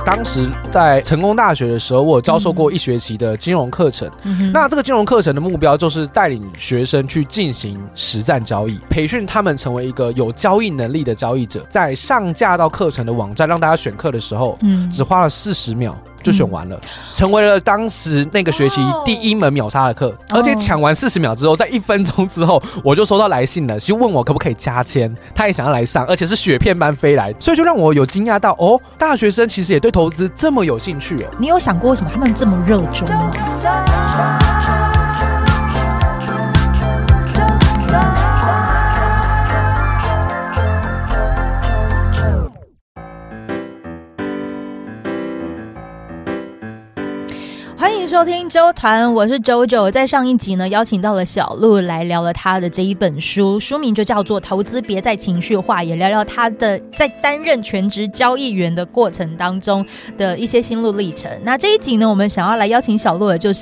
当时在成功大学的时候，我有教授过1学期的金融课程。那这个金融课程的目标就是带领学生去进行实战交易，培训他们成为一个有交易能力的交易者。在上架到课程的网站让大家选课的时候，只花了40秒就选完了，成为了当时那个学期第1门秒杀的课。而且抢完40秒之后，在1分钟之后，我就收到来信了，其实问我可不可以加签，他也想要来上，而且是雪片般飞来，所以就让我有惊讶到哦，大学生其实也对投资这么有兴趣哦。 你有想过为什么他们这么热衷吗？欢迎收听周团，我是周周。在上一集呢，邀请到了小鹿来聊了他的这一本书，书名就叫做《投资别再情绪化》，也聊聊他的在担任全职交易员的过程当中的一些心路历程。那这一集呢，我们想要来邀请小鹿的就是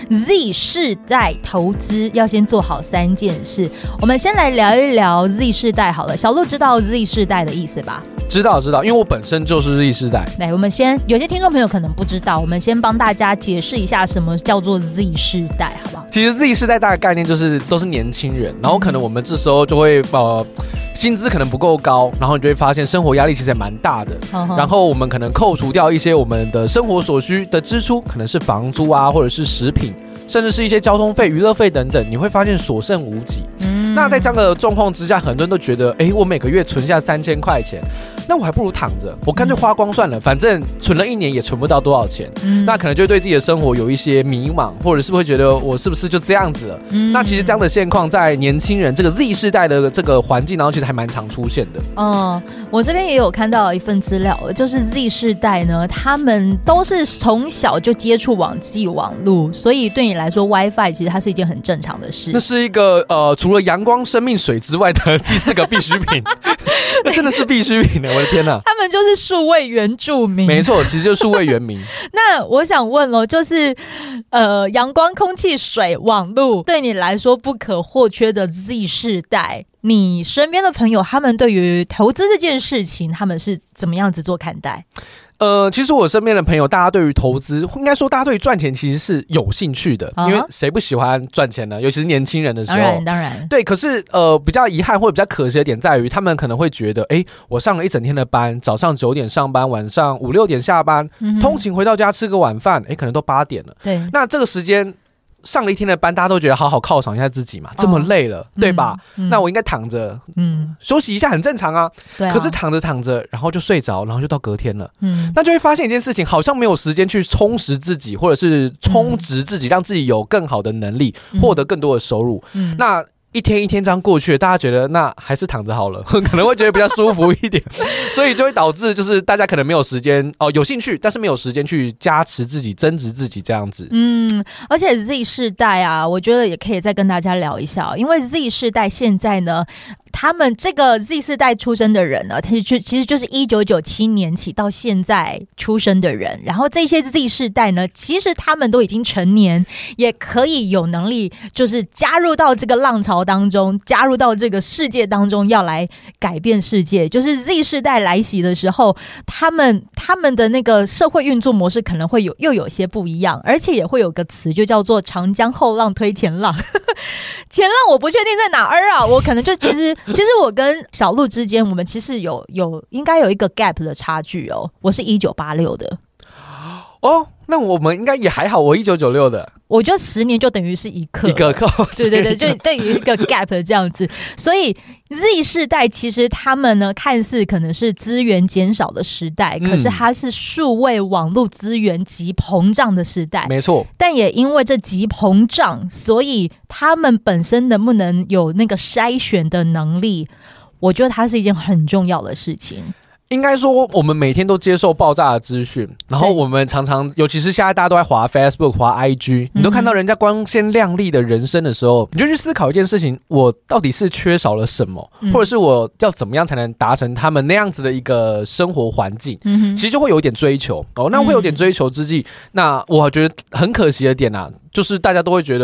Z 世代投资要先做好3件事。我们先来聊一聊 Z 世代好了。小鹿知道 Z 世代的意思吧？ 知道，因为我本身就是 Z 世代。 来，我们先有些听众朋友可能不知道，我们先帮大家解释一下什么叫做 Z 世代，好不好？ 其实 Z 世代大概概念就是都是年轻人，然后可能我们这时候就会薪资可能不够高，然后你就会发现生活压力其实也蛮大的。然后我们可能扣除掉一些我们的生活所需的支出，可能是房租啊，或者是食品，甚至是一些交通费、娱乐费等等，你会发现所剩无几。那在这样的状况之下，很多人都觉得，我每个月存下3000块钱，那我还不如躺着，我干脆花光算了，反正存了1年也存不到多少钱。那可能就会对自己的生活有一些迷茫，或者是会觉得我是不是就这样子了？那其实这样的现况在年轻人这个 Z 世代的这个环境，然后其实还蛮常出现的。 我这边也有看到一份资料，就是 Z 世代呢，他们都是从小就接触网际网路，所以对你来说 WiFi 其实它是一件很正常的事。 那是一个除了阳光、生命、水之外的第4个必需品。那真的是必需品呢！我的天哪， 他们就是数位原住民。 没错，其实就是数位原民。 那我想问哦，就是阳光、空气、水、网路，对你来说不可或缺的 Z 世代，你身边的朋友他们对于投资这件事情，他们是怎么样子做看待？ 其实我身边的朋友，大家对于投资，应该说大家对于赚钱其实是有兴趣的，因为谁不喜欢赚钱呢？尤其是年轻人的时候。 当然。 对，可是比较遗憾或者比较可惜的点在于，他们可能会觉得，我上了一整天的班，早上9点上班，晚上5、6点下班，通勤回到家吃个晚饭，可能都8点了。对，那这个时间上了一天的班，大家都觉得好好犒赏一下自己嘛，这么累了，对吧？那我应该躺着，休息一下很正常啊。对啊。可是躺着，然后就睡着，然后就到隔天了。那就会发现一件事情，好像没有时间去充实自己，或者是充值自己，让自己有更好的能力，获得更多的收入。那一天一天这样过去，大家觉得那还是躺着好了，可能会觉得比较舒服一点，所以就会导致就是大家可能没有时间有兴趣，但是没有时间去加持自己、增值自己这样子。 而且 Z 世代啊，我觉得也可以再跟大家聊一下，因为 Z 世代现在呢，他们这个 Z 世代出生的人呢，其实就是1997年起到现在出生的人，然后这些 Z 世代呢，其实他们都已经成年，也可以有能力就是加入到这个浪潮当中，加入到这个世界当中，要来改变世界。就是 Z 世代来袭的时候，他们的那个社会运作模式可能会又有些不一样，而且也会有个词就叫做长江后浪推前浪。前浪我不确定在哪儿啊，我可能就其实我跟小鹿之间，我们其实有应该有一个 gap 的差距哦。我是1986的。 那我们应该也还好，我1996的， 我觉得10年就等于是一个对，就等于一个 gap 这样子。所以 Z 世代其实他们呢，看似可能是资源减少的时代，可是它是数位网络资源极膨胀的时代， 没错。 但也因为这极膨胀，所以他们本身能不能有那个筛选的能力，我觉得它是一件很重要的事情。 应该说我们每天都接受爆炸的资讯，然后我们常常尤其是现在大家都在滑 Facebook 滑 IG， 你都看到人家光鲜亮丽的人生的时候，你就去思考一件事情，我到底是缺少了什么，或者是我要怎么样才能达成他们那样子的一个生活环境，其实就会有一点追求那会有点追求之际，那我觉得很可惜的点啊，就是大家都会觉得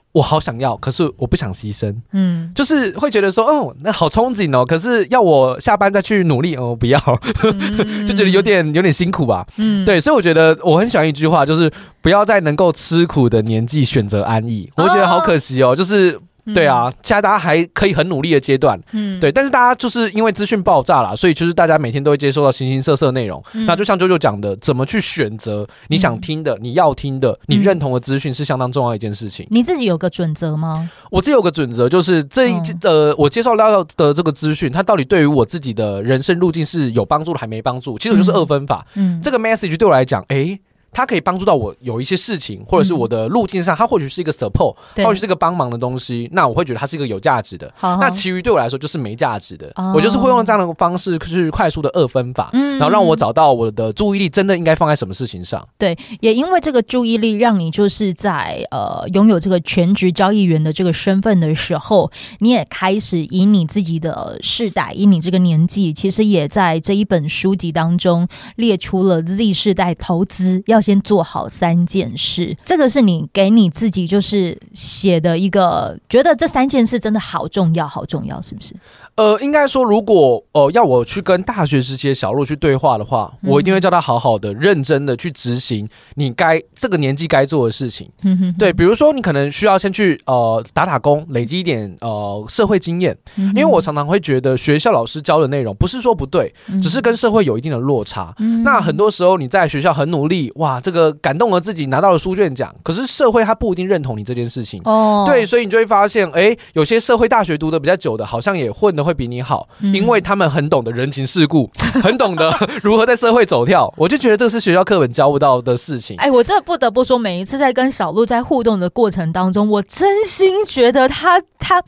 我好想要，可是我不想牺牲，就是会觉得说，哦，那好憧憬哦，可是要我下班再去努力，哦，不要，就觉得有点辛苦吧，对，所以我觉得我很喜欢一句话，就是不要在能够吃苦的年纪选择安逸，我觉得好可惜哦，就是。对啊，现在大家还可以很努力的阶段，对，但是大家就是因为资讯爆炸啦，所以就是大家每天都会接收到形形色色的内容。那就像啾啾讲的，怎么去选择你想听的、你要听的、你认同的资讯是相当重要的一件事情。 你自己有个准则吗？ 我自己有个准则，就是我接受到的这个资讯，它到底对于我自己的人生路径是有帮助的还没帮助？其实我就是2分法。这个 message 对我来讲，它可以帮助到我有一些事情，或者是我的路径上，它或许是一个 support， 或许是一个帮忙的东西，那我会觉得它是一个有价值的。那其余对我来说就是没价值的。我就是会用这样的方式去快速的2分法，然后让我找到我的注意力真的应该放在什么事情上。 对，也因为这个注意力，让你就是在拥有这个全职交易员的这个身份的时候，你也开始以你自己的世代，以你这个年纪，其实也在这一本书籍当中列出了 Z 世代投资要先做好3件事，这个是你给你自己就是写的一个，觉得这3件事真的好重要，好重要，是不是？ 应该说，如果要我去跟大学时期的小鹿去对话的话，我一定会叫他好好的、认真的去执行你这个年纪该做的事情。对，比如说你可能需要先去打工，累积一点社会经验。因为我常常会觉得学校老师教的内容不是说不对，只是跟社会有一定的落差。那很多时候你在学校很努力，哇，这个感动了自己，拿到了书卷奖，可是社会他不一定认同你这件事情。对，所以你就会发现，有些社会大学读的比较久的，好像也混得会比你好，因为他们很懂得人情世故，很懂得如何在社会走跳。我就觉得这是学校课本教不到的事情。 我真的不得不说，每一次在跟小鹿在互动的过程当中，我真心觉得他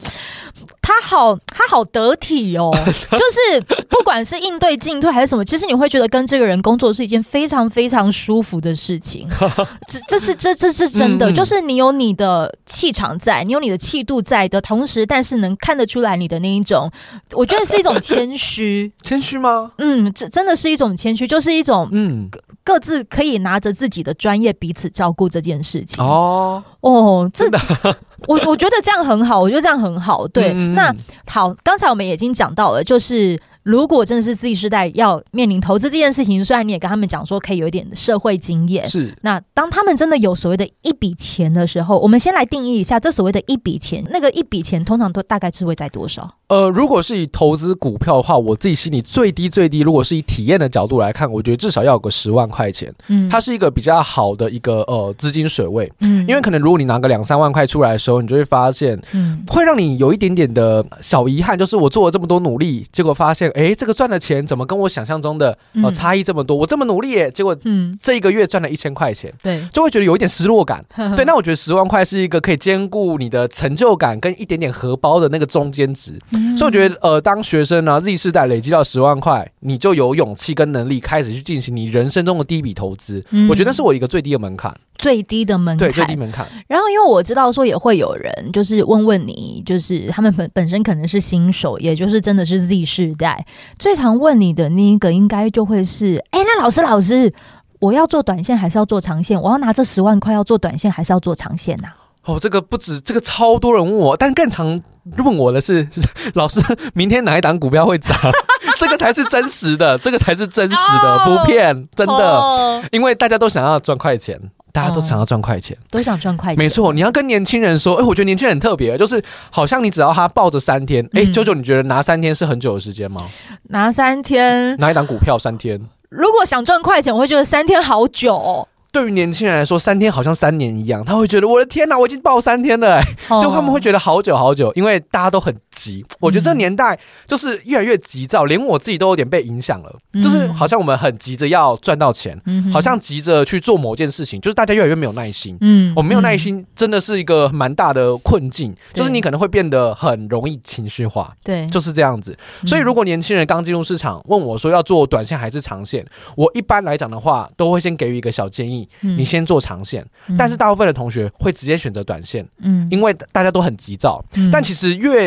好得体哦，就是不管是应对进退还是什么，其实你会觉得跟这个人工作是一件非常非常舒服的事情。这是真的，就是你有你的气场在，你有你的气度在的同时，但是能看得出来你的那一种，我觉得是一种谦虚。 谦虚吗？ 这真的是一种谦虚，就是一种各自可以拿着自己的专业彼此照顾这件事情。这我觉得这样很好，我觉得这样很好。对，那好，刚才我们已经讲到了，就是如果真的是 Z 世代要面临投资这件事情，虽然你也跟他们讲说可以有一点社会经验， 是， 那当他们真的有所谓的一笔钱的时候，我们先来定义一下这所谓的一笔钱，那个一笔钱通常都大概是会在多少？ 如果是以投资股票的话，我自己心里最低，如果是以体验的角度来看，我觉得至少要有个10万块钱，它是一个比较好的一个资金水位，因为可能如果你拿个2-3万块出来的时候，你就会发现，会让你有一点点的小遗憾，就是我做了这么多努力，结果发现，这个赚的钱怎么跟我想象中的差异这么多？我这么努力耶，结果这一个月赚了1000块钱，对，就会觉得有一点失落感。对，那我觉得10万块是一个可以兼顾你的成就感跟一点点荷包的那个中间值。所以我觉得当学生呢 Z 世代累积到10万块，你就有勇气跟能力开始去进行你人生中的第一笔投资。我觉得那是我一个最低的门槛。 最低的门槛， 对，最低门槛。 然后因为我知道说也会有人就是问你，就是他们本身可能是新手，也就是真的是 Z 世代，最常问你的那一个应该就会是，那老师，我要做短线还是要做长线？我要拿这10万块要做短线还是要做长线啊？ 这个不止，这个超多人问我，但更常问我的是，老师，明天哪一档股票会涨？这个才是真实的，不骗，真的，因为大家都想要赚快钱。大家都想要赚快钱， 都想赚快钱。 没错，你要跟年轻人说，我觉得年轻人很特别，就是好像你只要他抱着3天，啾啾，你觉得拿3天是很久的时间吗？ 拿3天， 拿一档股票3天， 如果想赚快钱，我会觉得3天好久哦。 对于年轻人来说，3天好像3年一样，他会觉得我的天哪，我已经抱3天了，就他们会觉得好久好久，因为大家都很急。我觉得这个年代就是越来越急躁，连我自己都有点被影响了，就是好像我们很急着要赚到钱，好像急着去做某件事情，就是大家越来越没有耐心。我没有耐心真的是一个蛮大的困境，就是你可能会变得很容易情绪化，对，就是这样子。所以如果年轻人刚进入市场，问我说要做短线还是长线，我一般来讲的话，都会先给予一个小建议。你先做长线，但是大部分的同学会直接选择短线，因为大家都很急躁。但其实越短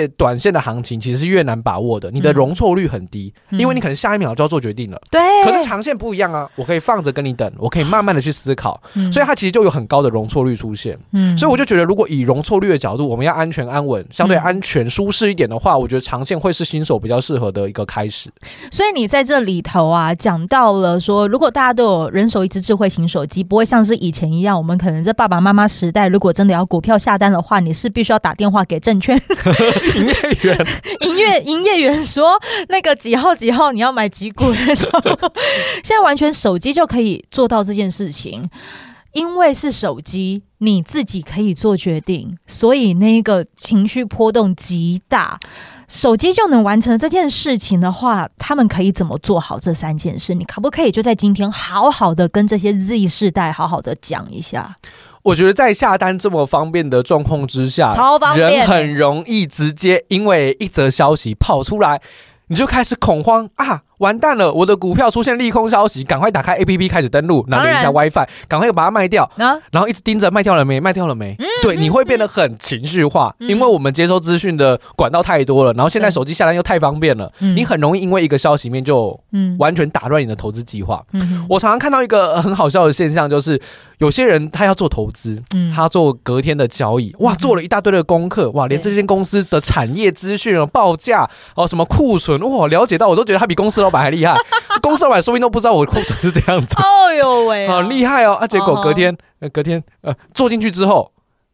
线的行情其实是越难把握的，你的容错率很低，因为你可能下一秒就要做决定了。 对， 可是长线不一样啊，我可以放着跟你等，我可以慢慢的去思考，所以它其实就有很高的容错率出现。所以我就觉得，如果以容错率的角度，我们要安全安稳，相对安全舒适一点的话，我觉得长线会是新手比较适合的一个开始。 所以你在这里头啊，讲到了说，如果大家都有人手一只智慧型手机，不会像是以前一样，我们可能在爸爸妈妈时代，如果真的要股票下单的话，你是必须要打电话给证券营业员， 营业员说那个几号几号你要买几股那种。现在完全手机就可以做到这件事情。因为是手机，你自己可以做决定，所以那个情绪波动极大。手机就能完成这件事情的话，他们可以怎么做好这3件事？你可不可以就在今天好好的跟这些 Z 世代好好的讲一下？ 我觉得在下单这么方便的状况之下， 超方便， 人很容易直接因为一则消息跑出来，你就开始恐慌啊！完蛋了，我的股票出现利空消息，赶快打开 APP 开始登录，然后连一下 WiFi， 赶快把它卖掉，然后一直盯着卖掉了没，卖掉了没。对，你会变得很情绪化，因为我们接收资讯的管道太多了，然后现在手机下单又太方便了，你很容易因为一个消息面就完全打乱你的投资计划。我常常看到一个很好笑的现象，就是有些人他要做投资，他要做隔天的交易，哇，做了一大堆的功课，哇，连这间公司的产业资讯、报价、什么库存，哇，了解到我都觉得他比公司老板还厉害。公司老板说不定都不知道我的库存是这样子。 哦呦喂， 好厉害哦！结果隔天做进去之后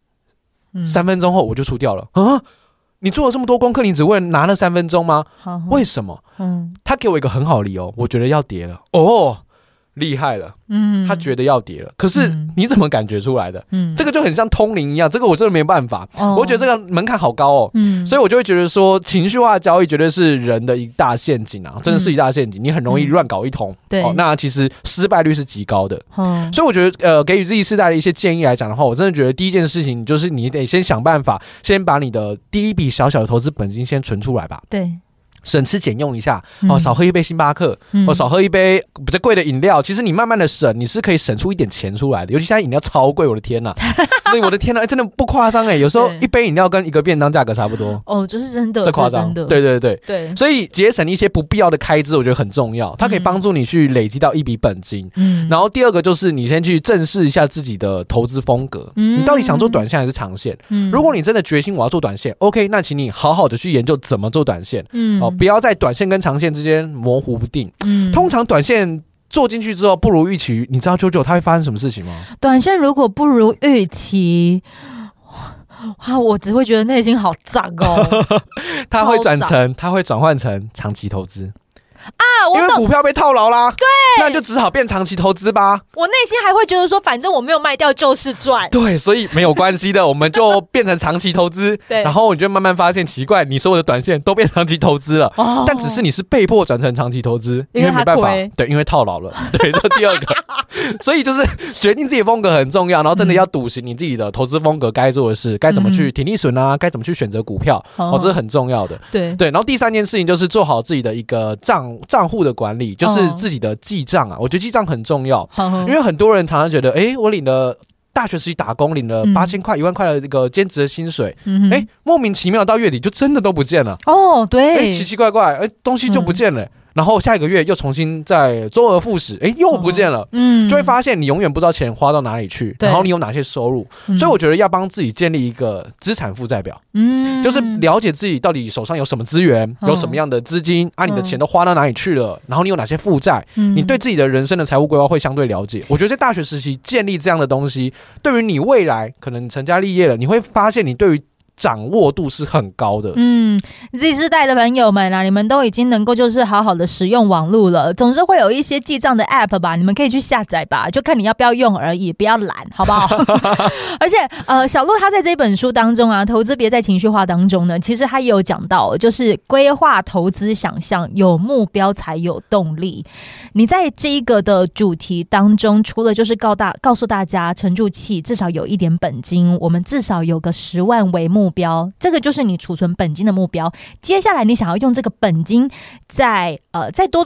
，3分钟后我就出掉了啊！你做了这么多功课，你只为了拿那3分钟吗？为什么？他给我一个很好的理由，我觉得要跌了哦。厉害了，他觉得要跌了，可是你怎么感觉出来的？这个就很像通灵一样，这个我真的没办法，我觉得这个门槛好高哦，所以我就会觉得说，情绪化的交易绝对是人的一大陷阱啊，真的是一大陷阱，你很容易乱搞一通，那其实失败率是极高的，所以我觉得给予Z世代的一些建议来讲的话，我真的觉得第一件事情就是你得先想办法，先把你的第一笔小小的投资本金先存出来吧，对。省吃俭用一下，少喝一杯星巴克，少喝一杯比较贵的饮料。其实你慢慢的省，你是可以省出一点钱出来的。尤其现在饮料超贵，我的天哪！所以我的天哪，真的不夸张有时候一杯饮料跟一个便当价格差不多。哦，这是真的，这夸张。对。所以节省一些不必要的开支，我觉得很重要。它可以帮助你去累积到一笔本金。然后第二个就是你先去正视一下自己的投资风格，你到底想做短线还是长线？如果你真的决心我要做短线 ，OK， 那请你好好的去研究怎么做短线。不要在短线跟长线之间模糊不定。通常短线做进去之后不如预期，你知道啾啾它会发生什么事情吗？短线如果不如预期，哇，我只会觉得内心好脏哦。它会转换成长期投资。因为股票被套牢啦，对，那就只好变长期投资吧。我内心还会觉得说，反正我没有卖掉就是赚。对，所以没有关系的，我们就变成长期投资。对，然后你就慢慢发现奇怪，你所有的短线都变长期投资了，但只是你是被迫转成长期投资，因为没办法，对，因为套牢了。对，这第二个。所以就是决定自己风格很重要，然后真的要笃行你自己的投资风格该做的事，该怎么去停利损啊，该怎么去选择股票，这是很重要的。对，然后第3件事情就是做好自己的一个账户的管理，就是自己的记账啊，我觉得记账很重要，因为很多人常常觉得，我领了大学时期打工领了8000块、1万块的这个兼职的薪水，莫名其妙到月底就真的都不见了。哦，对，奇奇怪怪，东西就不见了。然后下一个月又重新再周而复始，又不见了，就会发现你永远不知道钱花到哪里去，然后你有哪些收入，所以我觉得要帮自己建立一个资产负债表，就是了解自己到底手上有什么资源，有什么样的资金，你的钱都花到哪里去了，然后你有哪些负债，你对自己的人生的财务规划会相对了解。我觉得在大学时期建立这样的东西，对于你未来可能成家立业了，你会发现你对于掌握度是很高的。Z 世代的朋友们啊，你们都已经能够就是好好的使用网络了，总是会有一些记账的 app 吧，你们可以去下载吧，就看你要不要用而已，不要懒，好不好？而且小鹿他在这本书当中啊，投资别在情绪化当中呢，其实他也有讲到，就是规划投资想象，有目标才有动力。你在这一个的主题当中，除了就是告诉大家沉住气，至少有一点本金，我们至少有个10万为目标，这个就是你储存本金的目标。接下来你想要用这个本金再多做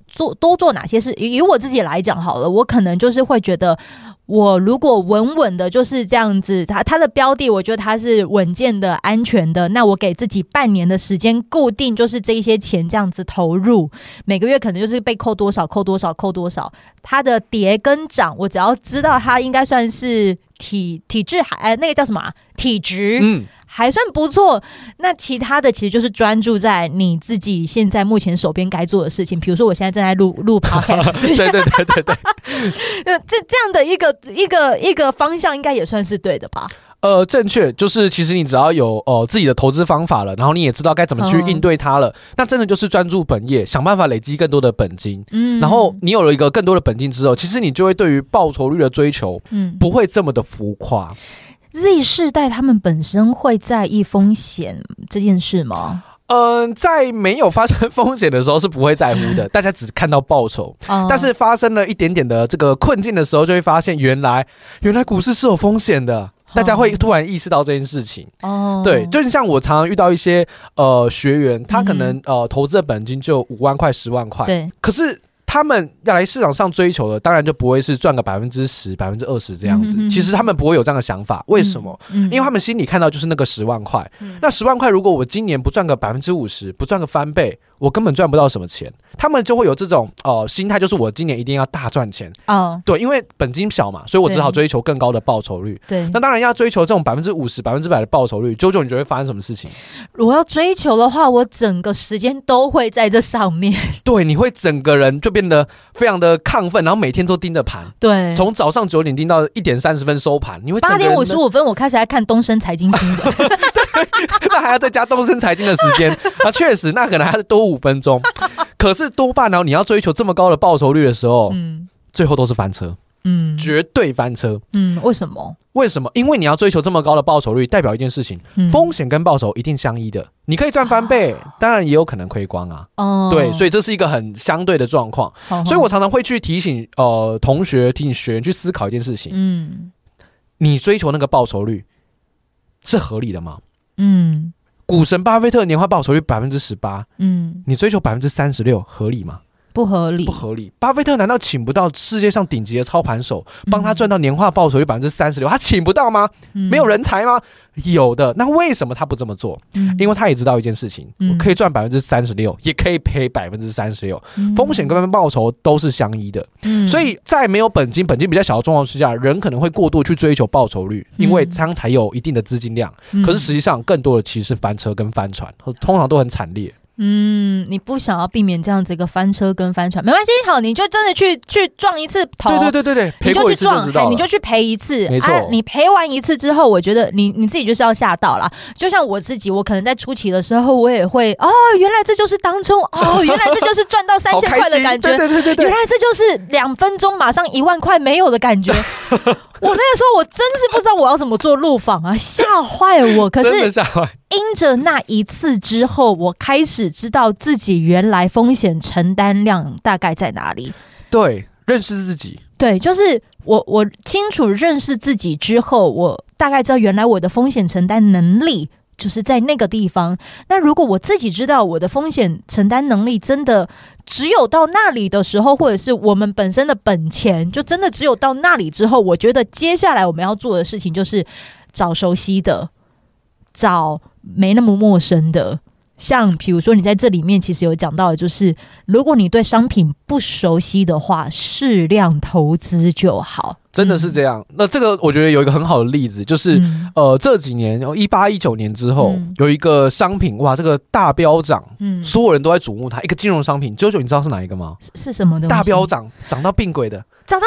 多做哪些事。以我自己来讲好了，我可能就是会觉得，我如果稳稳的就是这样子，它的标的我觉得它是稳健的、安全的，那我给自己半年的时间，固定就是这一些钱这样子投入，每个月可能就是被扣多少，它的跌跟涨，我只要知道它应该算是体质那个叫什么体质，还算不错。那其他的其实就是专注在你自己现在目前手边该做的事情，比如说我现在正在录 podcast 对这样的一个方向应该也算是对的吧。 正确，就是其实你只要有自己的投资方法了，然后你也知道该怎么去应对它了，那真的就是专注本业，想办法累积更多的本金。然后你有了一个更多的本金之后，其实你就会对于报酬率的追求，不会这么的浮夸。 Z 世代他们本身会在意风险这件事吗？ 在没有发生风险的时候是不会在乎的，大家只看到报酬。但是发生了一点点的这个困境的时候，就会发现原来股市是有风险的。大家会突然意识到这件事情。对，就是像我常常遇到一些学员，他可能投资的本金就5万块、10万块，对，可是他们要来市场上追求的，当然就不会是赚个10%、20%这样子。其实他们不会有这样的想法，为什么？因为他们心里看到就是那个10万块。那10万块，如果我今年不赚个50%，不赚个翻倍，我根本赚不到什么钱。他们就会有这种心态，就是我今年一定要大赚钱。对，因为本金小嘛，所以我只好追求更高的报酬率。对，那当然要追求这种50%、100%的报酬率，999你觉得会发生什么事情？ 我要追求的话，我整个时间都会在这上面。 对，你会整个人就变得非常的亢奋，然后每天都盯着盘。对，从早上9点盯到1点30分收盘，你会 8点55分我开始在看东森财经新闻。 那还要再加东森财经的时间啊，确实，那可能还是多5分钟。可是多半你要追求这么高的报酬率的时候，最后都是翻车。绝对翻车。 为什么？ 因为你要追求这么高的报酬率，代表一件事情，风险跟报酬一定相依的。你可以赚翻倍，当然也有可能亏光啊。对，所以这是一个很相对的状况。所以我常常会去提醒同学、提醒学员去思考一件事情。你追求那个报酬率是合理的吗？股神巴菲特年化报酬率18%，你追求36%合理吗？不合理。巴菲特难道请不到世界上顶级的操盘手帮他赚到年化报酬率36%？他请不到吗？没有人才吗？有的。那为什么他不这么做？因为他也知道一件事情，我可以赚36%，也可以赔36%，风险跟报酬都是相依的。所以在没有本金比较小的状况之下，人可能会过度去追求报酬率，因为这样才有一定的资金量。可是实际上更多的其实是翻车跟翻船，通常都很惨烈。 你不想要避免这样子一个翻车跟翻船，没关系，好，你就真的去撞一次头， 对，赔过一次就知道了， 你就去赔一次， 没错。 你赔完一次之后，我觉得你自己就是要吓到啦。就像我自己，我可能在初期的时候，我也会原来这就是当初原来这就是赚到3000块的感觉，对，原来这就是2分钟马上1万块没有的感觉。我那个时候我真是不知道我要怎么做路访啊，吓坏我。可是因着那一次之后，我开始知道自己原来风险承担量大概在哪里。 对，认识自己。 对，就是我清楚认识自己之后，我大概知道原来我的风险承担能力就是在那个地方。那如果我自己知道我的风险承担能力真的只有到那里的时候，或者是我们本身的本钱就真的只有到那里之后，我觉得接下来我们要做的事情就是找熟悉的，找没那么陌生的。像比如说你在这里面其实有讲到的，就是如果你对商品不熟悉的话，适量投资就好。 真的是这样。那这个我觉得有一个很好的例子，就是这几年18、19年之后，有一个商品，哇，这个大飙涨，所有人都在瞩目它，一个金融商品。JoJo你知道是哪一个吗？ 是什么东西？ 大飙涨，涨到并轨的，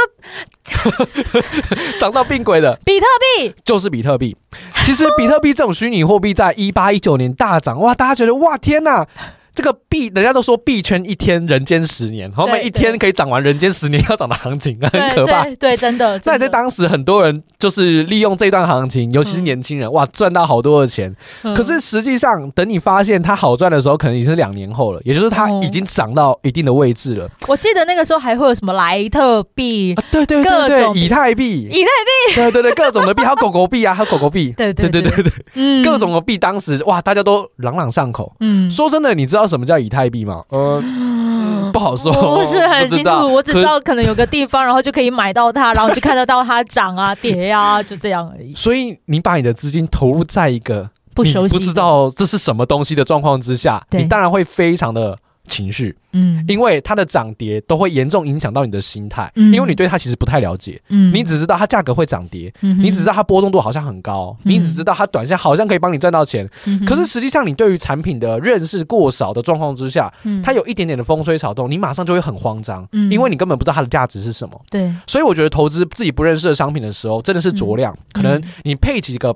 涨到并轨的比特币， 就是比特币。其实比特币这种虚拟货币在18、19年大涨，哇，大家觉得哇天哪！这个币，人家都说币圈一天人间10年，后面一天可以涨完人间10年要涨的行情，很可怕。 对，真的。 那在当时，很多人就是利用这段行情，尤其是年轻人，哇，赚到好多的钱。可是实际上，等你发现它好赚的时候，可能已经是2年后了，也就是它已经涨到一定的位置了。 我记得那个时候还会有什么莱特币， 对，以太币，对，各种的币，还有狗狗币啊，还有狗狗币，对，各种的币，当时哇，大家都朗朗上口。说真的，你知道什么叫以太币吗？ 不好说， 不是很清楚，我只知道可能有个地方，然后就可以买到它，然后就看得到它涨啊跌啊，就这样而已。 所以你把你的资金投入在一个不熟悉、 不知道这是什么东西的状况之下，你当然会非常的情绪，因为它的涨跌都会严重影响到你的心态，因为你对它其实不太了解，你只知道它价格会涨跌，你只知道它波动度好像很高，你只知道它短线好像可以帮你赚到钱，可是实际上你对于产品的认识过少的状况之下，它有一点点的风吹草动，你马上就会很慌张，因为你根本不知道它的价值是什么。 对， 所以我觉得投资自己不认识的商品的时候，真的是酌量，可能你配几个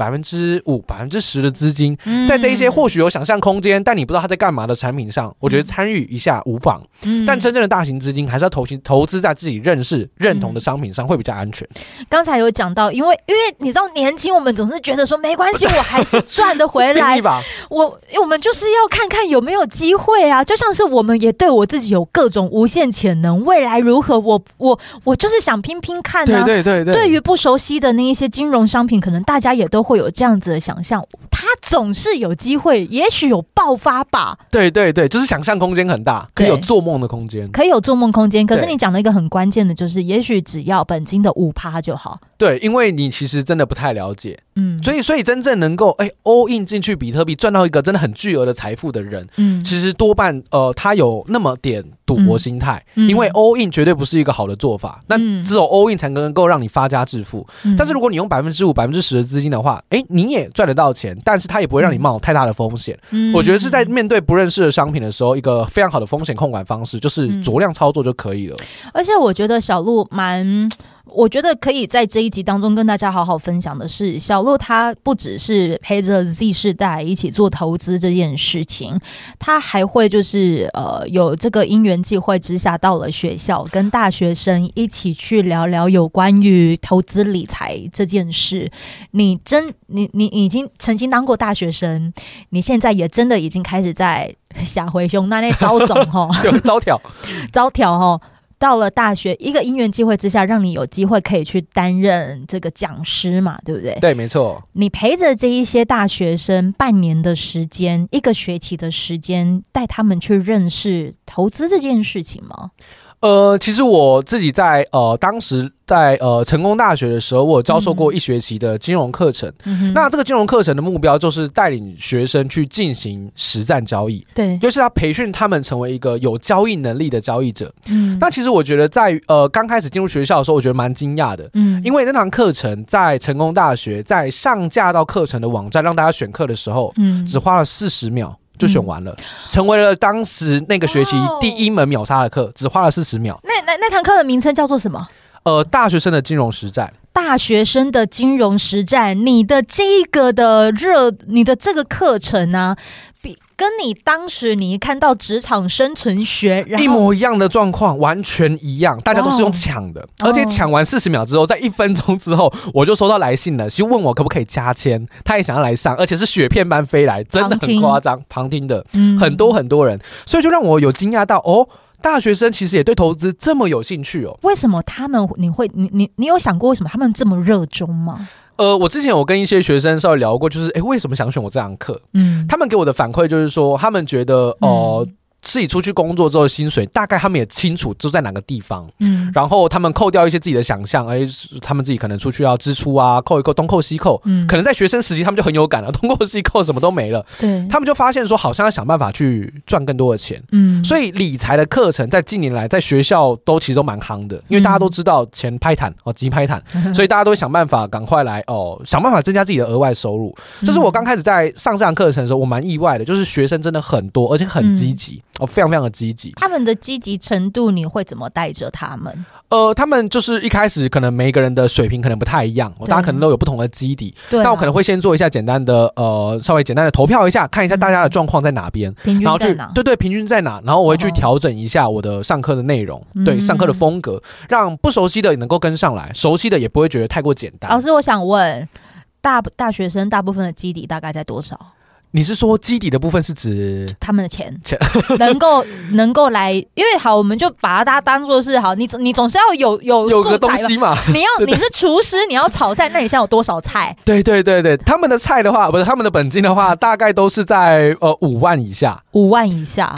5%、10%的资金，在这一些或许有想象空间，但你不知道它在干嘛的产品上，我觉得参与一下无妨。但真正的大型资金还是要投资在自己认识、认同的商品上，会比较安全。 刚才有讲到，因为你知道年轻，我们总是觉得说没关系，我还是赚得回来。我们就是要看看有没有机会啊！就像是我们也对我自己有各种无限潜能，未来如何，我就是想拼拼看啊。 对。 对于不熟悉的那一些金融商品，可能大家也都会有这样子的想象，它总是有机会，也许有爆发吧。 对，就是想象空间很大，可以有做梦的空间， 可以有做梦空间。可是你讲了一个很关键的，就是也许只要本金的5%就好。 对，因为你其实真的不太了解，所以真正能够all in 进去比特币赚到一个真的很巨额的财富的人，其实多半他有那么点赌博心态，因为 all in 绝对不是一个好的做法，那只有 all in 才能够让你发家致富。但是如果你用5%、10%的资金的话，你也赚得到钱，但是它也不会让你冒太大的风险。我觉得是在面对不认识的商品的时候，一个非常好的风险控管方式，就是酌量操作就可以了。 而且我觉得小鹿我觉得可以在这一集当中跟大家好好分享的是，小鹿他不只是陪着 Z 世代一起做投资这件事情，他还会就是有这个因缘际会之下到了学校，跟大学生一起去聊聊有关于投资理财这件事。你已经曾经当过大学生，你现在也真的已经开始在下回胸那招总吼，招条吼。到了大学，一个因缘机会之下，让你有机会可以去担任这个讲师嘛，对不对？ 对，没错。 你陪着这一些大学生半年的时间，一个学期的时间，带他们去认识投资这件事情吗？ 其实我自己在当时在成功大学的时候，我有教授过1学期的金融课程。那这个金融课程的目标就是带领学生去进行实战交易，对，就是要培训他们成为一个有交易能力的交易者。那其实我觉得在刚开始进入学校的时候，我觉得蛮惊讶的，因为那堂课程在成功大学在上架到课程的网站让大家选课的时候，只花了40秒。就选完了，成为了当时那个学期第一门秒杀的课，只花了40秒。 那堂课的名称叫做什么？ 大学生的金融实战。 大学生的金融实战，你的这个课程啊，跟你当时你看到职场生存学一模一样的状况，完全一样，大家都是用抢的，而且抢完40秒之后，在1分钟之后，我就收到来信了，其实问我可不可以加签，他也想要来上，而且是雪片般飞来，真的很夸张，旁听的很多人，所以就让我有惊讶到大学生其实也对投资这么有兴趣哦。 为什么他们你有想过为什么他们这么热衷吗？ 我之前有跟一些学生稍微聊过，就是为什么想选我这堂课？他们给我的反馈就是说，他们觉得自己出去工作之后的薪水，大概他们也清楚就在哪个地方，然后他们扣掉一些自己的想象，他们自己可能出去要支出啊，扣一扣，东扣西扣，可能在学生时期他们就很有感了，东扣西扣什么都没了，对，他们就发现说好像要想办法去赚更多的钱，所以理财的课程在近年来在学校其实都蛮夯的，因为大家都知道钱拍坦急拍坦，所以大家都会想办法赶快来想办法增加自己的额外收入。这是我刚开始在上这堂课程的时候，我蛮意外的，就是学生真的很多，而且很积极。非常非常的积极。 他们的积极程度，你会怎么带着他们？ 他们就是一开始可能每一个人的水平可能不太一样，大家可能都有不同的基底。那我可能会先做一下简单的稍微简单的投票一下，看一下大家的状况在哪边， 平均在哪？ 对，平均在哪？然后我会去调整一下我的上课的内容，对，上课的风格，让不熟悉的也能够跟上来，熟悉的也不会觉得太过简单。 老师，我想问，大学生大部分的基底大概在多少？ 你是说基底的部分是指他们的钱能够来？因为好，我们就把它当作是好，你总是要有个东西嘛。 你是厨师，你要炒菜，那你现在有多少菜？ 对，他们的菜的话，不是他们的本金的话，大概都是在5万以下。 5万以下， 对。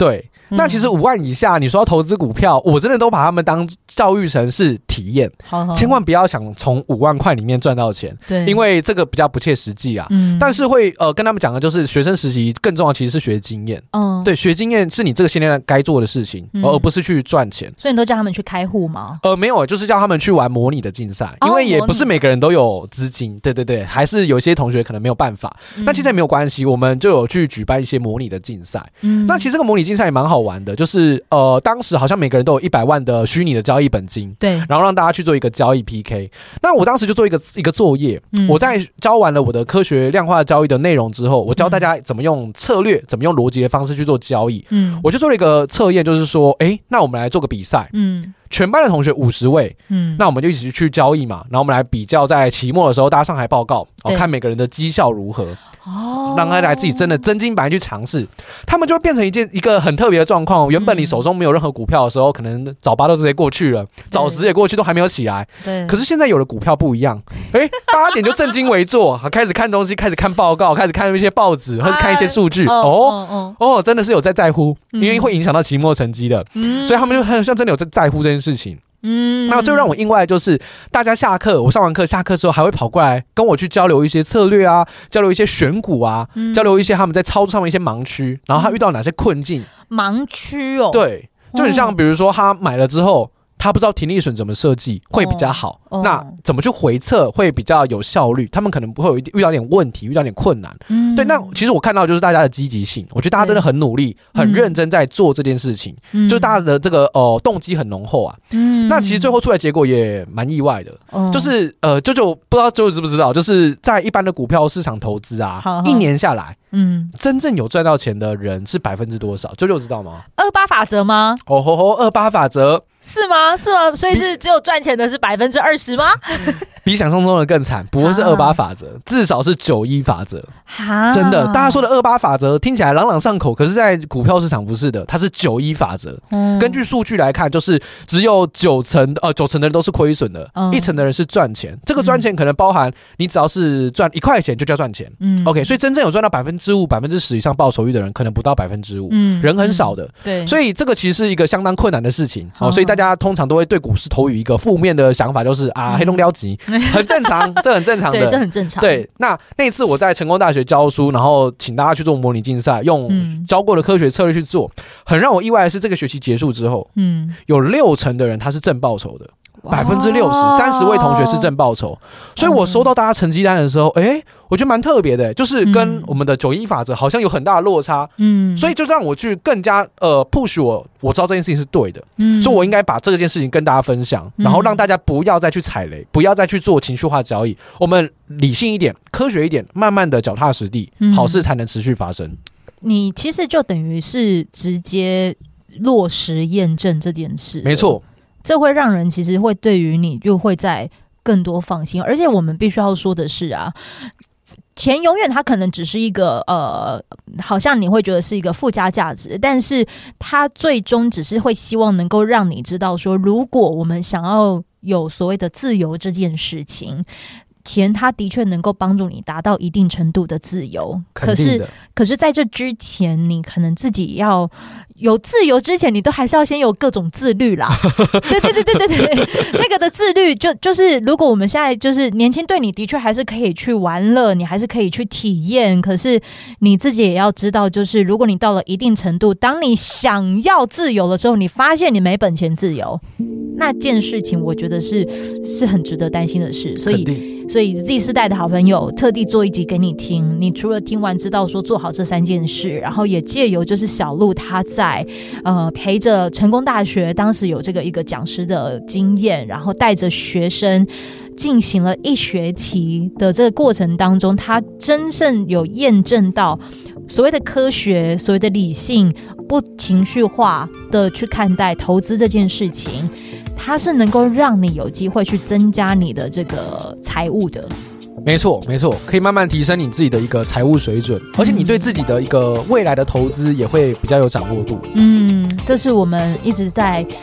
那其实5万以下，你说要投资股票，我真的都把他们当教育成是体验，千万不要想从5万块里面赚到钱，对，因为这个比较不切实际啊。但是会跟他们讲的就是学生实习更重要其实是学经验，对，学经验是你这个现阶段该做的事情，而不是去赚钱。 所以你都叫他们去开户吗？ 没有，就是叫他们去玩模拟的竞赛，因为也不是每个人都有资金，对对对，还是有些同学可能没有办法。那其实也没有关系，我们就有去举办一些模拟的竞赛。那其实这个模拟竞赛也蛮好玩的，就是当时好像每个人都有100万的虚拟的交易本金，对，然后让大家去做一个交易 PK。那我当时就做一个作业，我在教完了我的科学量化交易的内容之后，我教大家怎么用策略、怎么用逻辑的方式去做交易。我就做了一个测验，就是说，那我们来做个比赛，全班的同学50位，那我们就一起去交易嘛，然后我们来比较在期末的时候大家上台报告，看每个人的绩效如何。让他来自己真的真金白银去尝试，他们就会变成一个很特别的状况。原本你手中没有任何股票的时候，可能早8都直接过去了，早10也过去，都还没有起来。对。可是现在有的股票不一样，8点就正襟危坐，开始看东西，开始看报告，开始看一些报纸，或者看一些数据。真的是有在乎，因为会影响到期末成绩的，所以他们就很像真的有在乎这件事情。那最让我意外的就是大家下课，我上完课下课之后还会跑过来跟我去交流一些策略啊，交流一些选股啊，交流一些他们在操作上面一些盲区，然后他遇到哪些困境。盲区哦，对，就很像比如说他买了之后，他不知道停利损怎么设计会比较好，那怎么去回测会比较有效率，他们可能会有遇到点问题，遇到点困难。对，那其实我看到就是大家的积极性，我觉得大家真的很努力很认真在做这件事情，就是大家的这个动机很浓厚啊。那其实最后出来结果也蛮意外的，就是就不知道知不知道，就是在一般的股票市场投资啊，1年下来真正有赚到钱的人是多少？舅知道吗 ？28法则吗 ？28法則是吗？所以是只有赚钱的是20%吗？ 比想象中的更惨，不会是28法则，至少是91法则。真的，大家说的28法则听起来朗朗上口，可是在股票市场不是的，它是91法则。根据数据来看，就是只有9成的人都是亏损的，1成的人是赚钱。这个赚钱可能包含你只要是赚1块钱就叫赚钱。OK， 所以真正有赚到5%、10%以上报酬率的人，可能不到5%，人很少的。对，所以这个其实是一个相当困难的事情。所以大家通常都会对股市投予一个负面的想法，就是黑龙撩急，很正常，这很正常的， 对，这很正常。 对，那次我在成功大学教书，然后请大家去做模拟竞赛，用教过的科学策略去做。很让我意外的是，这个学期结束之后，有6成的人他是正报酬的。60%，30位同学是正报酬，所以我收到大家成绩单的时候，我觉得蛮特别的，就是跟我们的91法则好像有很大的落差，所以就让我去更加push我知道这件事情是对的，所以我应该把这件事情跟大家分享，然后让大家不要再去踩雷，不要再去做情绪化交易，我们理性一点，科学一点，慢慢的脚踏实地，好事才能持续发生。 你其实就等于是直接落实验证这件事， 没错。 这会让人其实会对于你就会再更多放心，而且我们必须要说的是啊，钱永远它可能只是一个好像你会觉得是一个附加价值，但是它最终只是会希望能够让你知道说，如果我们想要有所谓的自由这件事情，钱它的确能够帮助你达到一定程度的自由，可是在这之前，你可能自己要有自由之前，你都还是要先有各种自律啦。对，那个的自律就是如果我们现在就是年轻，对你的确还是可以去玩乐，你还是可以去体验，可是你自己也要知道，就是如果你到了一定程度，当你想要自由的时候，你发现你没本钱自由，那件事情我觉得是很值得担心的事。所以 Z 世代的好朋友特地做一集给你听，你除了听完知道说做好这3件事，然后也借由就是小鹿他在陪着成功大学当时有这个一个讲师的经验，然后带着学生进行了1学期的这个过程当中，他真正有验证到所谓的科学，所谓的理性，不情绪化的去看待投资这件事情，它是能够让你有机会去增加你的这个财务的。 没错，可以慢慢提升你自己的一个财务水准，而且你对自己的一个未来的投资也会比较有掌握度。 这是我们一直在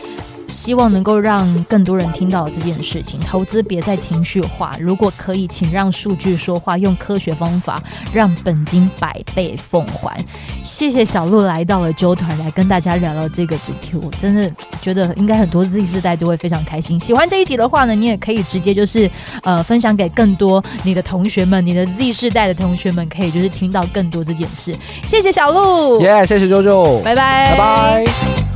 希望能够让更多人听到这件事情。投资别再情绪化，如果可以，请让数据说话，用科学方法让本金100倍奉还。谢谢小鹿来到了啾团来跟大家聊聊这个主题，我真的觉得应该很多 Z 世代都会非常开心。喜欢这一集的话呢，你也可以直接就是分享给更多你的同学们，你的 Z 世代的同学们可以就是听到更多这件事。谢谢小鹿， 谢谢啾啾， 拜拜， 拜拜。